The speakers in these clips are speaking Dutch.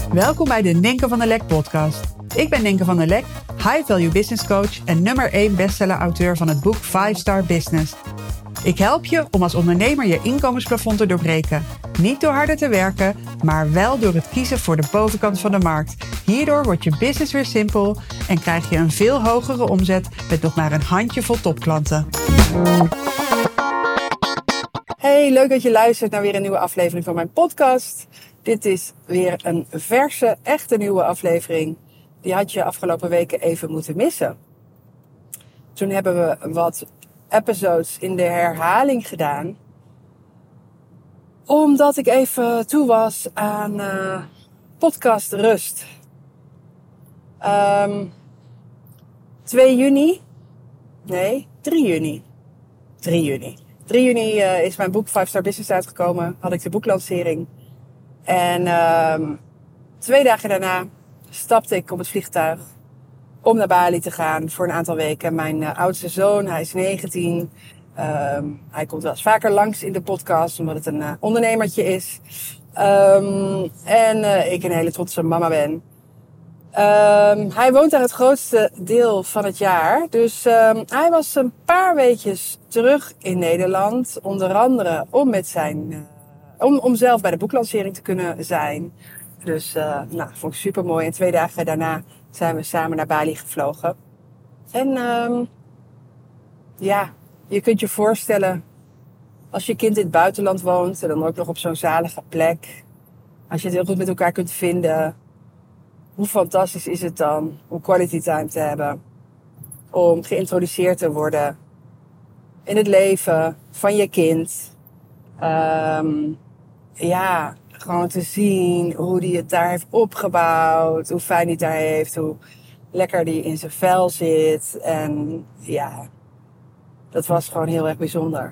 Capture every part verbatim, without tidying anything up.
Welkom bij de Ninke van der Lek podcast. Ik ben Ninke van der Lek, High Value Business Coach en nummer één bestseller-auteur van het boek five star Business. Ik help je om als ondernemer je inkomensplafond te doorbreken. Niet door harder te werken, maar wel door het kiezen voor de bovenkant van de markt. Hierdoor wordt je business weer simpel en krijg je een veel hogere omzet met nog maar een handjevol topklanten. Hey, leuk dat je luistert naar weer een nieuwe aflevering van mijn podcast. Dit is weer een verse, echte nieuwe aflevering. Die had je afgelopen weken even moeten missen. Toen hebben we wat episodes in de herhaling gedaan. Omdat ik even toe was aan uh, podcast rust. Um, twee juni. Nee, drie juni. drie juni. drie juni uh, is mijn boek five star Business uitgekomen. Had ik de boeklancering. En um, twee dagen daarna stapte ik op het vliegtuig om naar Bali te gaan voor een aantal weken. Mijn uh, oudste zoon, hij is negentien. Um, hij komt wel eens vaker langs in de podcast, omdat het een uh, ondernemertje is. Um, en uh, ik een hele trotse mama ben. Um, hij woont daar het grootste deel van het jaar. Dus um, hij was een paar weekjes terug in Nederland. Onder andere om met zijn... Uh, Om, om zelf bij de boeklancering te kunnen zijn. Dus uh, nou, vond ik super mooi. En twee dagen daarna zijn we samen naar Bali gevlogen. En um, ja, je kunt je voorstellen, als je kind in het buitenland woont en dan ook nog op zo'n zalige plek, als je het heel goed met elkaar kunt vinden, hoe fantastisch is het dan om quality time te hebben, om geïntroduceerd te worden in het leven van je kind. Um, ja, gewoon te zien hoe die het daar heeft opgebouwd, hoe fijn hij het daar heeft, hoe lekker die in zijn vel zit. En ja, dat was gewoon heel erg bijzonder.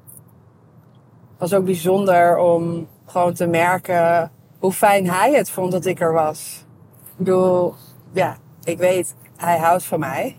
Het was ook bijzonder om gewoon te merken hoe fijn hij het vond dat ik er was. Ik bedoel, ja, ik weet, hij houdt van mij.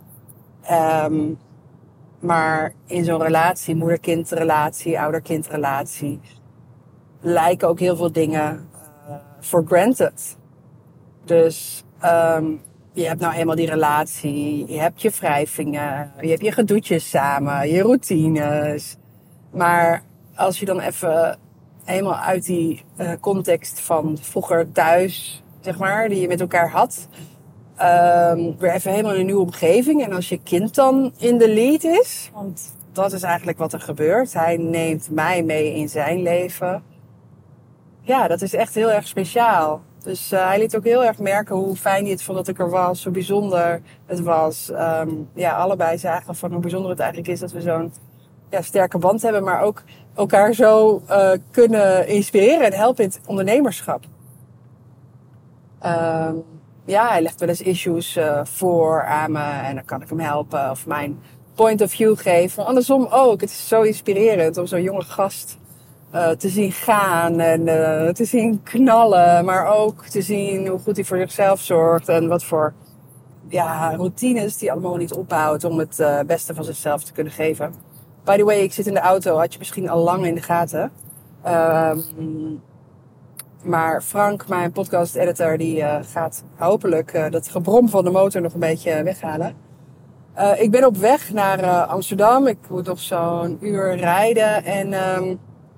Um, maar in zo'n relatie, moeder-kind-relatie, ouder-kind-relatie, lijken ook heel veel dingen uh, for granted. Dus um, je hebt nou eenmaal die relatie, je hebt je wrijvingen, je hebt je gedoetjes samen, je routines. Maar als je dan even helemaal uit die uh, context van vroeger thuis, zeg maar, die je met elkaar had, um, weer even helemaal in een nieuwe omgeving. En als je kind dan in de lead is, want dat is eigenlijk wat er gebeurt. Hij neemt mij mee in zijn leven. Ja, dat is echt heel erg speciaal. Dus uh, hij liet ook heel erg merken hoe fijn hij het vond dat ik er was. Hoe bijzonder het was. Um, ja, allebei zagen van hoe bijzonder het eigenlijk is dat we zo'n ja, sterke band hebben. Maar ook elkaar zo uh, kunnen inspireren en helpen in het ondernemerschap. Um, ja, hij legt wel eens issues uh, voor aan me. En dan kan ik hem helpen of mijn point of view geven. Andersom ook. Het is zo inspirerend om zo'n jonge gast Uh, te zien gaan en uh, te zien knallen, maar ook te zien hoe goed hij voor zichzelf zorgt en wat voor ja, routines die allemaal niet ophoudt om het uh, beste van zichzelf te kunnen geven. By the way, ik zit in de auto, had je misschien al lang in de gaten. Uh, maar Frank, mijn podcast editor, die uh, gaat hopelijk uh, dat gebrom van de motor nog een beetje weghalen. Uh, ik ben op weg naar uh, Amsterdam, ik moet nog zo'n uur rijden en um,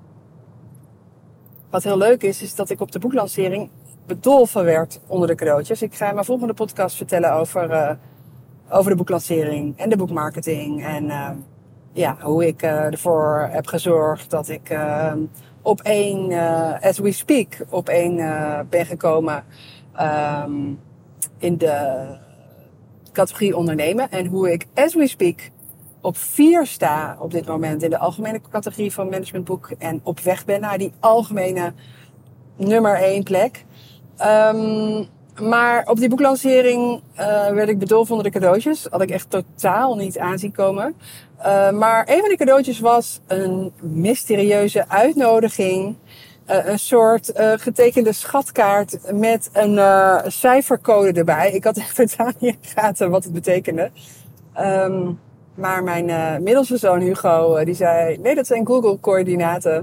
wat heel leuk is, is dat ik op de boeklancering bedolven werd onder de cadeautjes. Ik ga in mijn volgende podcast vertellen over, uh, over de boeklancering en de boekmarketing. En uh, ja, hoe ik uh, ervoor heb gezorgd dat ik uh, op één, uh, as we speak, op één uh, ben gekomen um, in de categorie ondernemen. En hoe ik, as we speak, op vier sta op dit moment in de algemene categorie van managementboek. En op weg ben naar die algemene nummer één plek. Um, maar op die boeklancering uh, werd ik bedolven onder de cadeautjes. Had ik echt totaal niet aanzien komen. Uh, maar een van die cadeautjes was een mysterieuze uitnodiging. Uh, een soort uh, getekende schatkaart met een uh, cijfercode erbij. Ik had echt totaal niet in de gaten wat het betekende. Um, Maar mijn uh, middelste zoon Hugo, uh, die zei, nee, dat zijn Google-coördinaten.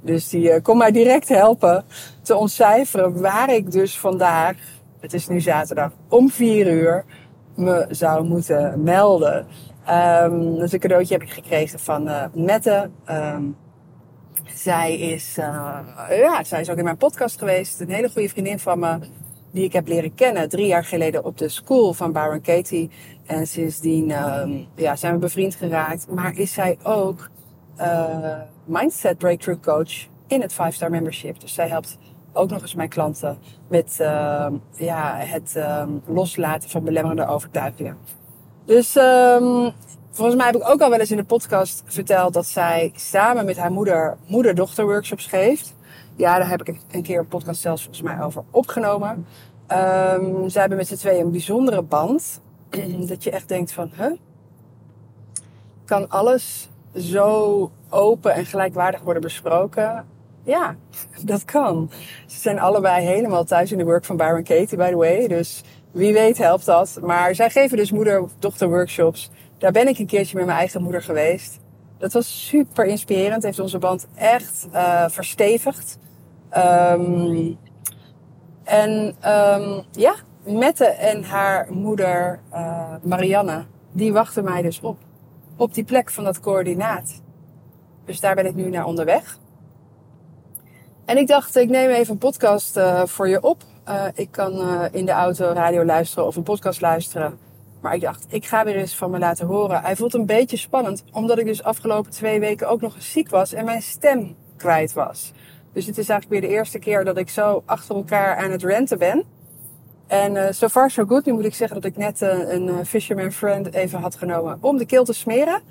Dus die uh, kon mij direct helpen te ontcijferen waar ik dus vandaag, het is nu zaterdag, om vier uur me zou moeten melden. Um, dus een cadeautje heb ik gekregen van uh, Mette. Um, zij is, uh, ja, zij is ook in mijn podcast geweest. Een hele goede vriendin van me, die ik heb leren kennen drie jaar geleden op de school van Byron Katie. En sindsdien um, ja, zijn we bevriend geraakt. Maar is zij ook uh, Mindset Breakthrough Coach in het five star membership. Dus zij helpt ook nog eens mijn klanten met uh, ja, het um, loslaten van belemmerende overtuigingen. Dus um, volgens mij heb ik ook al wel eens in de podcast verteld dat zij samen met haar moeder moeder-dochter workshops geeft. Ja, daar heb ik een keer een podcast zelfs volgens mij over opgenomen. Um, zij hebben met z'n tweeën een bijzondere band. Dat je echt denkt van, huh? Kan alles zo open en gelijkwaardig worden besproken? Ja, dat kan. Ze zijn allebei helemaal thuis in de work van Byron Katie, by the way. Dus wie weet helpt dat. Maar zij geven dus moeder-dochter workshops. Daar ben ik een keertje met mijn eigen moeder geweest. Dat was super inspirerend. Heeft onze band echt uh, verstevigd. Um, en um, ja, Mette en haar moeder uh, Marianne, die wachten mij dus op. Op die plek van dat coördinaat. Dus daar ben ik nu naar onderweg. En ik dacht, ik neem even een podcast uh, voor je op. Uh, ik kan uh, in de auto radio luisteren of een podcast luisteren. Maar ik dacht, ik ga weer eens van me laten horen. Hij voelt een beetje spannend, omdat ik dus afgelopen twee weken ook nog eens ziek was en mijn stem kwijt was. Dus het is eigenlijk weer de eerste keer dat ik zo achter elkaar aan het ranten ben. En uh, so far so good. Nu moet ik zeggen dat ik net uh, een uh, Fisherman Friend even had genomen om de keel te smeren.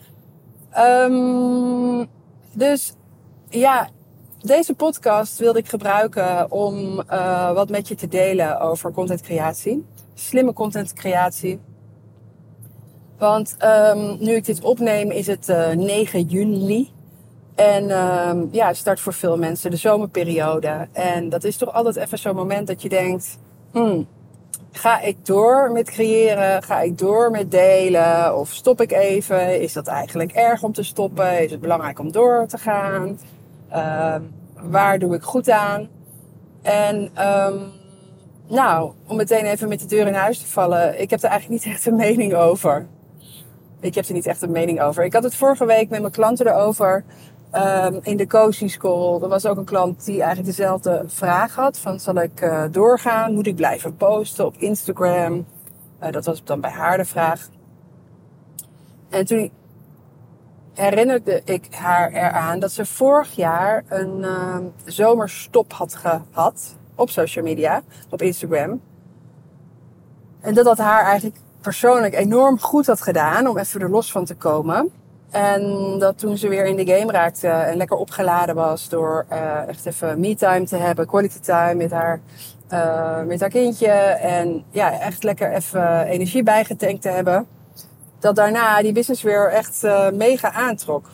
Um, dus ja, deze podcast wilde ik gebruiken om uh, wat met je te delen over contentcreatie. Slimme contentcreatie. Want um, nu ik dit opneem is het uh, negen juli. En um, ja, het start voor veel mensen de zomerperiode. En dat is toch altijd even zo'n moment dat je denkt, hmm, ga ik door met creëren? Ga ik door met delen? Of stop ik even? Is dat eigenlijk erg om te stoppen? Is het belangrijk om door te gaan? Uh, waar doe ik goed aan? En um, nou, om meteen even met de deur in huis te vallen. Ik heb er eigenlijk niet echt een mening over. Ik heb er niet echt een mening over. Ik had het vorige week met mijn klanten erover. Um, in de coaching school. Er was ook een klant die eigenlijk dezelfde vraag had. Van, zal ik uh, doorgaan? Moet ik blijven posten op Instagram? Uh, dat was dan bij haar de vraag. En toen herinnerde ik haar eraan dat ze vorig jaar een uh, zomerstop had gehad. Op social media. Op Instagram. En dat dat haar eigenlijk persoonlijk enorm goed had gedaan. Om even er los van te komen. En dat toen ze weer in de game raakte en lekker opgeladen was door uh, echt even me-time te hebben, quality time met haar, uh, met haar kindje. En ja, echt lekker even energie bijgetankt te hebben. Dat daarna die business weer echt uh, mega aantrok.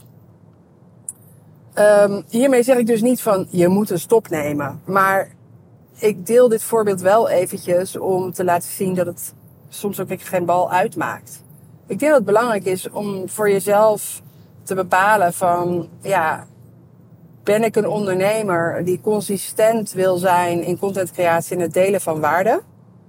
Um, hiermee zeg ik dus niet van, je moet een stop nemen. Maar ik deel dit voorbeeld wel eventjes om te laten zien dat het soms ook geen bal uitmaakt. Ik denk dat het belangrijk is om voor jezelf te bepalen van, ja, ben ik een ondernemer die consistent wil zijn in contentcreatie en het delen van waarde?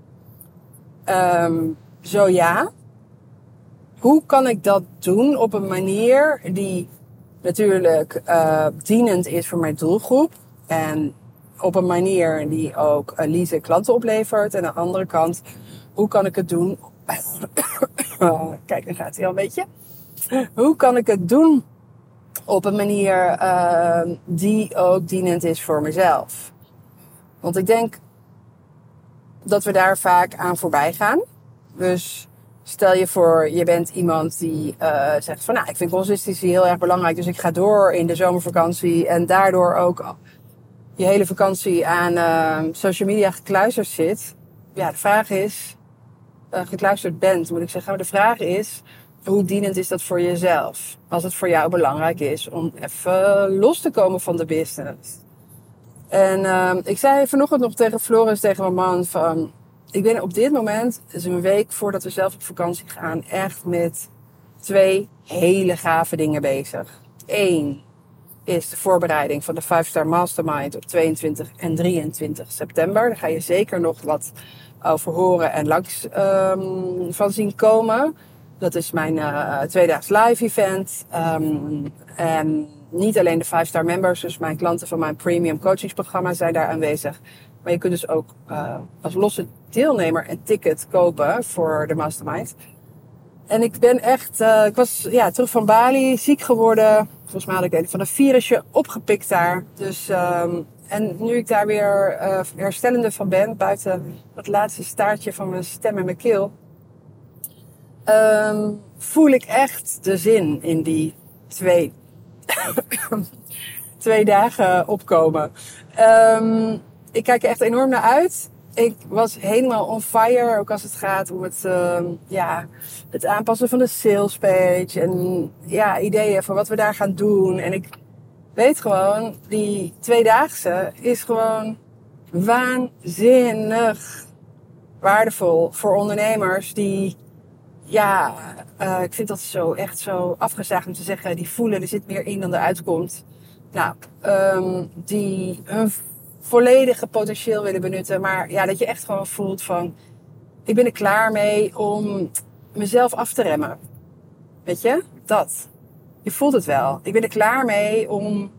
Um, zo ja. Hoe kan ik dat doen op een manier die natuurlijk uh, dienend is voor mijn doelgroep en op een manier die ook uh, leads klanten oplevert? En aan de andere kant, hoe kan ik het doen? Oh, kijk, dan gaat hij al een beetje. Hoe kan ik het doen op een manier uh, die ook dienend is voor mezelf? Want ik denk dat we daar vaak aan voorbij gaan. Dus stel je voor, je bent iemand die uh, zegt van, nou, ik vind consistency heel erg belangrijk, dus ik ga door in de zomervakantie en daardoor ook je hele vakantie aan uh, social media gekluisterd zit. Ja, de vraag is, uh, gekluisterd bent, moet ik zeggen. Maar de vraag is, hoe dienend is dat voor jezelf? Als het voor jou belangrijk is om even los te komen van de business. En uh, ik zei vanochtend nog tegen Floris, tegen mijn man, van, ik ben op dit moment, het is een week voordat we zelf op vakantie gaan, echt met twee hele gave dingen bezig. Eén, is de voorbereiding van de vijf star Mastermind op tweeëntwintig en drieëntwintig september. Daar ga je zeker nog wat over horen en langs um, van zien komen. Dat is mijn uh, tweedaags live event. Um, en niet alleen de vijf star members, dus mijn klanten van mijn premium coachingsprogramma zijn daar aanwezig. Maar je kunt dus ook uh, als losse deelnemer een ticket kopen voor de Mastermind. En ik ben echt, uh, ik was ja, terug van Bali, ziek geworden. Volgens mij had ik een van een virusje opgepikt daar. Dus, um, en nu ik daar weer uh, herstellende van ben, buiten dat laatste staartje van mijn stem en mijn keel, um, voel ik echt de zin in die twee, twee dagen opkomen. Um, ik kijk er echt enorm naar uit. Ik was helemaal on fire, ook als het gaat om het, uh, ja, het aanpassen van de sales page. En ja, ideeën voor wat we daar gaan doen. En ik weet gewoon, die tweedaagse is gewoon waanzinnig waardevol voor ondernemers die, ja, uh, ik vind dat zo echt zo afgezaagd om te zeggen, die voelen er zit meer in dan eruit komt. Nou, um, die hun volledige potentieel willen benutten. Maar ja, dat je echt gewoon voelt van, ik ben er klaar mee om mezelf af te remmen. Weet je? Dat. Je voelt het wel. Ik ben er klaar mee om,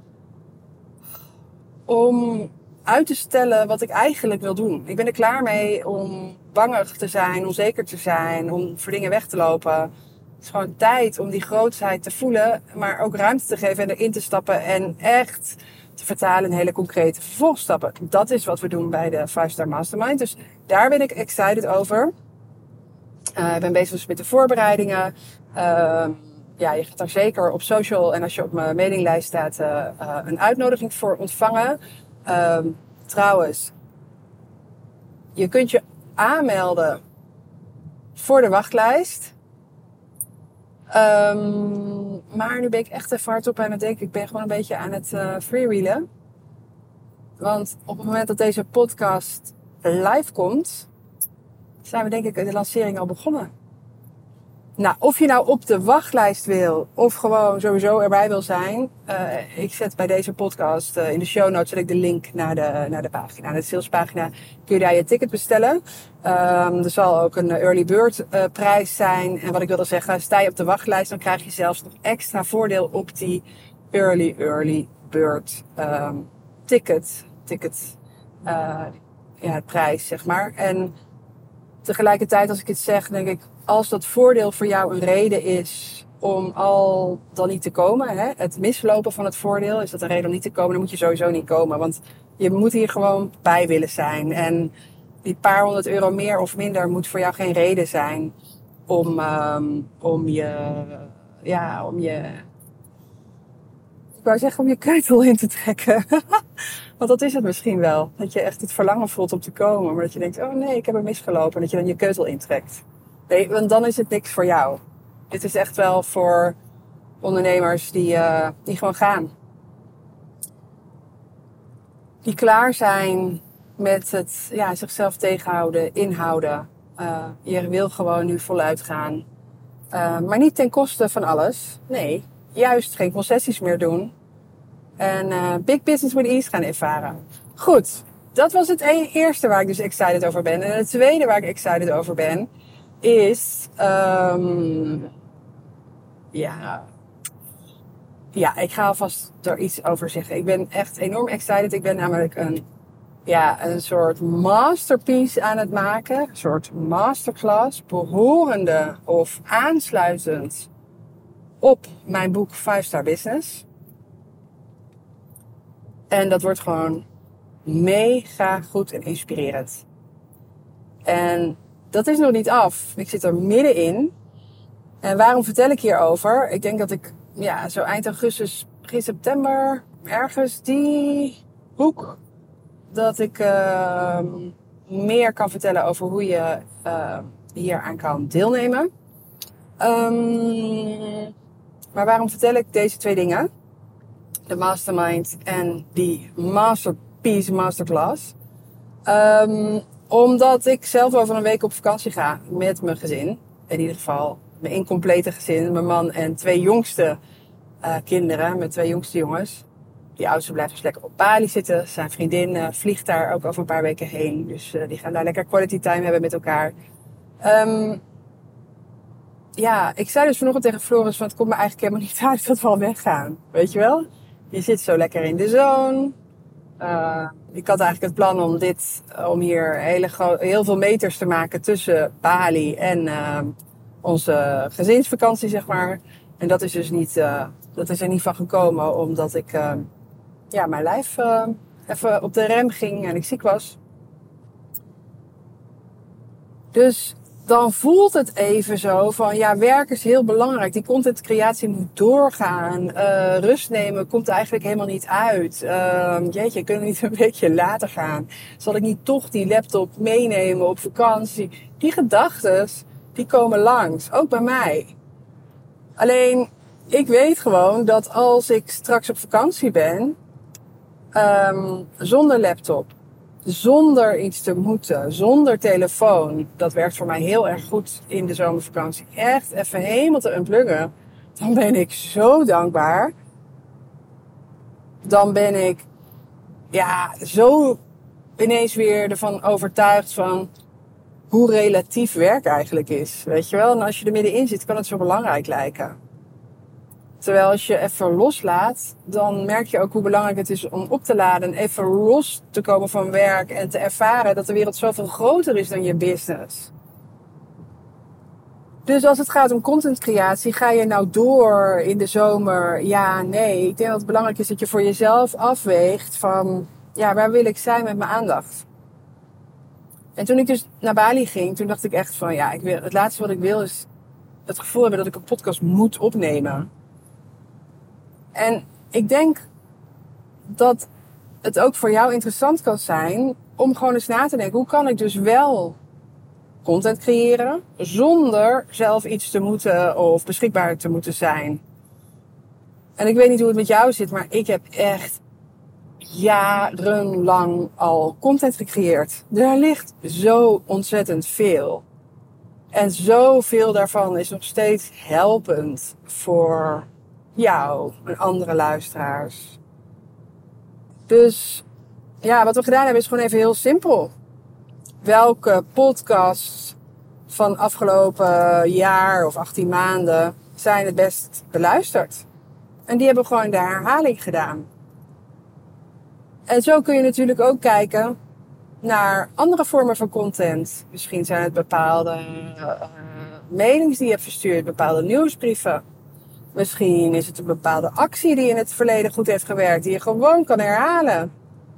om uit te stellen wat ik eigenlijk wil doen. Ik ben er klaar mee om bangig te zijn, onzeker te zijn, om voor dingen weg te lopen. Het is gewoon tijd om die grootsheid te voelen, maar ook ruimte te geven en erin te stappen en echt te vertalen in hele concrete vervolgstappen. Dat is wat we doen bij de vijf star Mastermind. Dus daar ben ik excited over. Uh, ik ben bezig dus met de voorbereidingen. Uh, ja, je gaat daar zeker op social en als je op mijn mailinglijst staat uh, uh, een uitnodiging voor ontvangen. Uh, trouwens, je kunt je aanmelden voor de wachtlijst. Um, maar nu ben ik echt even hardop aan het denken. Ik ben gewoon een beetje aan het uh, freewheelen. Want op het moment dat deze podcast live komt, zijn we denk ik de lancering al begonnen. Nou, of je nou op de wachtlijst wil of gewoon sowieso erbij wil zijn. Uh, ik zet bij deze podcast uh, in de show notes zet ik de link naar de, naar de pagina. Naar de salespagina kun je daar je ticket bestellen. Um, er zal ook een early bird uh, prijs zijn. En wat ik wilde zeggen, sta je op de wachtlijst, dan krijg je zelfs nog extra voordeel op die early, early bird um, ticket. Ticket, uh, ja, prijs, zeg maar. En tegelijkertijd, als ik het zeg, denk ik, als dat voordeel voor jou een reden is om al dan niet te komen, hè, het mislopen van het voordeel, is dat een reden om niet te komen, dan moet je sowieso niet komen. Want je moet hier gewoon bij willen zijn. En die paar honderd euro meer of minder moet voor jou geen reden zijn om, um, om je, ja, om je, ik wou zeggen om je keutel in te trekken. Want dat is het misschien wel. Dat je echt het verlangen voelt om te komen. Maar dat je denkt, oh nee, ik heb er misgelopen. En dat je dan je keutel intrekt. Nee, want dan is het niks voor jou. Dit is echt wel voor ondernemers die, uh, die gewoon gaan. Die klaar zijn met het ja, zichzelf tegenhouden, inhouden. Uh, je wil gewoon nu voluit gaan. Uh, maar niet ten koste van alles. Nee, juist geen concessies meer doen. En uh, big business with ease gaan ervaren. Goed, dat was het eerste waar ik dus excited over ben. En het tweede waar ik excited over ben is, um, ja, ja, ik ga alvast er iets over zeggen. Ik ben echt enorm excited. Ik ben namelijk een, ja, een soort masterpiece aan het maken. Een soort masterclass, behorende of aansluitend op mijn boek vijf star Business. En dat wordt gewoon mega goed en inspirerend. En dat is nog niet af. Ik zit er middenin. En waarom vertel ik hierover? Ik denk dat ik ja, zo eind augustus, begin september, ergens die hoek, dat ik uh, meer kan vertellen over hoe je uh, hier aan kan deelnemen. Um, maar waarom vertel ik deze twee dingen? De mastermind en die masterpiece masterclass. Um, omdat ik zelf over een week op vakantie ga met mijn gezin. In ieder geval mijn incomplete gezin. Mijn man en twee jongste uh, kinderen. Mijn twee jongste jongens. Die oudste blijft dus lekker op Bali zitten. Zijn vriendin uh, vliegt daar ook over een paar weken heen. Dus uh, die gaan daar lekker quality time hebben met elkaar. Um, ja, ik zei dus vanochtend tegen Floris van het komt me eigenlijk helemaal niet uit dat we al weggaan. Weet je wel? Je zit zo lekker in de zone. Uh, ik had eigenlijk het plan om dit, om hier hele gro- heel veel meters te maken tussen Bali en uh, onze gezinsvakantie, zeg maar. En dat is dus niet, uh, dat is er niet van gekomen, omdat ik, uh, ja, mijn lijf uh, even op de rem ging en ik ziek was. Dus dan voelt het even zo van, ja, werk is heel belangrijk. Die contentcreatie moet doorgaan. Uh, rust nemen komt eigenlijk helemaal niet uit. Uh, jeetje, kunnen we niet een beetje later gaan? Zal ik niet toch die laptop meenemen op vakantie? Die gedachtes, die komen langs. Ook bij mij. Alleen, ik weet gewoon dat als ik straks op vakantie ben, um, zonder laptop, zonder iets te moeten, zonder telefoon, dat werkt voor mij heel erg goed in de zomervakantie. Echt even helemaal te unpluggen. Dan ben ik zo dankbaar. Dan ben ik, ja, zo ineens weer ervan overtuigd van hoe relatief werk eigenlijk is. Weet je wel? En als je er middenin zit, kan het zo belangrijk lijken. Terwijl als je even loslaat, dan merk je ook hoe belangrijk het is om op te laden. En even los te komen van werk en te ervaren dat de wereld zoveel groter is dan je business. Dus als het gaat om contentcreatie, ga je nou door in de zomer? Ja, nee. Ik denk dat het belangrijk is dat je voor jezelf afweegt van, ja, waar wil ik zijn met mijn aandacht? En toen ik dus naar Bali ging, toen dacht ik echt van, ja, ik wil, het laatste wat ik wil is het gevoel hebben dat ik een podcast moet opnemen. En ik denk dat het ook voor jou interessant kan zijn om gewoon eens na te denken, hoe kan ik dus wel content creëren zonder zelf iets te moeten of beschikbaar te moeten zijn. En ik weet niet hoe het met jou zit, maar ik heb echt jarenlang al content gecreëerd. Er ligt zo ontzettend veel. En zoveel daarvan is nog steeds helpend voor jou en andere luisteraars. Dus ja, wat we gedaan hebben is gewoon even heel simpel. Welke podcasts van afgelopen jaar of achttien maanden zijn het best beluisterd? En die hebben gewoon de herhaling gedaan. En zo kun je natuurlijk ook kijken naar andere vormen van content. Misschien zijn het bepaalde uh, mailings die je hebt verstuurd, bepaalde nieuwsbrieven. Misschien is het een bepaalde actie die in het verleden goed heeft gewerkt, die je gewoon kan herhalen.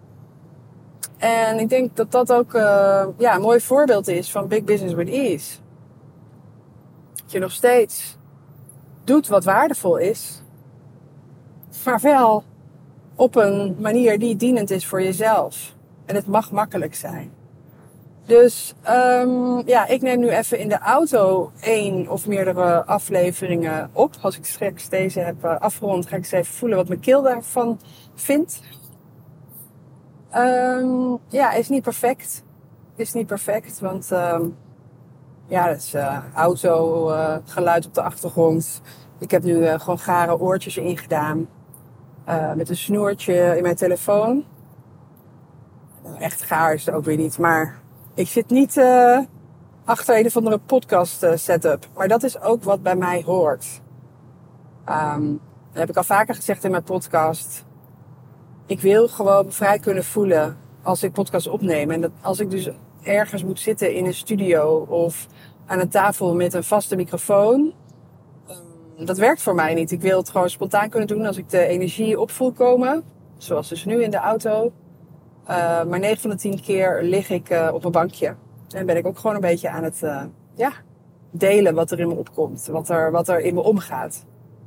En ik denk dat dat ook uh, ja, een mooi voorbeeld is van Big Business with Ease. Dat je nog steeds doet wat waardevol is, maar wel op een manier die dienend is voor jezelf. En het mag makkelijk zijn. Dus um, ja, ik neem nu even in de auto één of meerdere afleveringen op. Als ik straks deze heb uh, afgerond, ga ik eens even voelen wat mijn keel daarvan vindt. Um, ja, is niet perfect. Is niet perfect, want um, ja, dat is uh, auto, uh, geluid op de achtergrond. Ik heb nu uh, gewoon gare oortjes ingedaan. Uh, met een snoertje in mijn telefoon. Nou, echt gaar is het ook weer niet, maar ik zit niet uh, achter een of andere podcast uh, setup. Maar dat is ook wat bij mij hoort. Um, dat heb ik al vaker gezegd in mijn podcast. Ik wil gewoon me vrij kunnen voelen als ik podcast opneem. En dat als ik dus ergens moet zitten in een studio of aan een tafel met een vaste microfoon. Um, dat werkt voor mij niet. Ik wil het gewoon spontaan kunnen doen als ik de energie op voel komen. Zoals dus nu in de auto. Uh, maar negen van de tien keer lig ik uh, op een bankje. En ben ik ook gewoon een beetje aan het uh, ja, delen wat er in me opkomt. Wat er, wat er in me omgaat.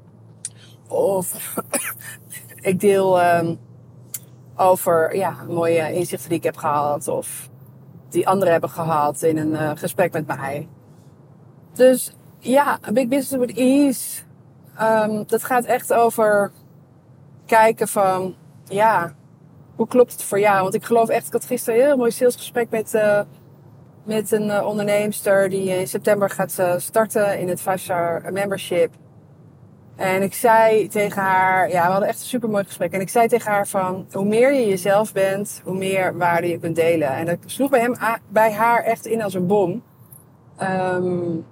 Of ik deel um, over ja, mooie inzichten die ik heb gehad. Of die anderen hebben gehad in een uh, gesprek met mij. Dus ja, A Big Business with Ease. Um, dat gaat echt over kijken van ja, hoe klopt het voor jou? Want ik geloof echt, ik had gisteren een heel mooi salesgesprek met, uh, met een uh, onderneemster die in september gaat uh, starten in het vijf star membership. En ik zei tegen haar, ja, we hadden echt een supermooi gesprek. En ik zei tegen haar van, hoe meer je jezelf bent, hoe meer waarde je kunt delen. En dat sloeg bij, hem, bij haar echt in als een bom. Um,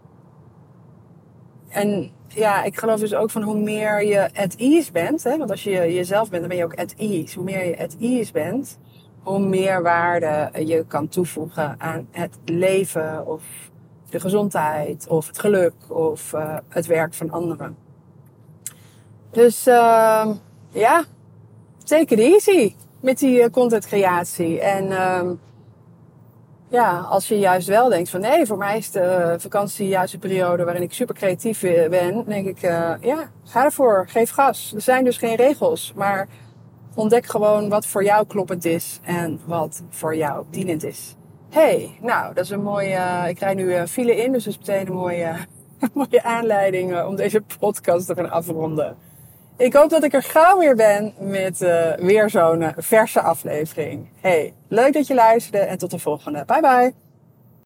en ja, ik geloof dus ook van hoe meer je at ease bent. Hè? Want als je jezelf bent, dan ben je ook at ease. Hoe meer je at ease bent, hoe meer waarde je kan toevoegen aan het leven of de gezondheid of het geluk of uh, het werk van anderen. Dus uh, ja, take it easy met die uh, contentcreatie. En uh, ja, als je juist wel denkt van nee, voor mij is de vakantie juist een periode waarin ik super creatief ben. Dan denk ik, uh, ja, ga ervoor, geef gas. Er zijn dus geen regels, maar ontdek gewoon wat voor jou kloppend is en wat voor jou dienend is. Hey, nou, dat is een mooie, uh, ik rij nu uh, file in, dus dat is meteen een mooie, mooie aanleiding uh, om deze podcast te gaan afronden. Ik hoop dat ik er gauw weer ben met uh, weer zo'n uh, verse aflevering. Hey, leuk dat je luisterde en tot de volgende. Bye bye!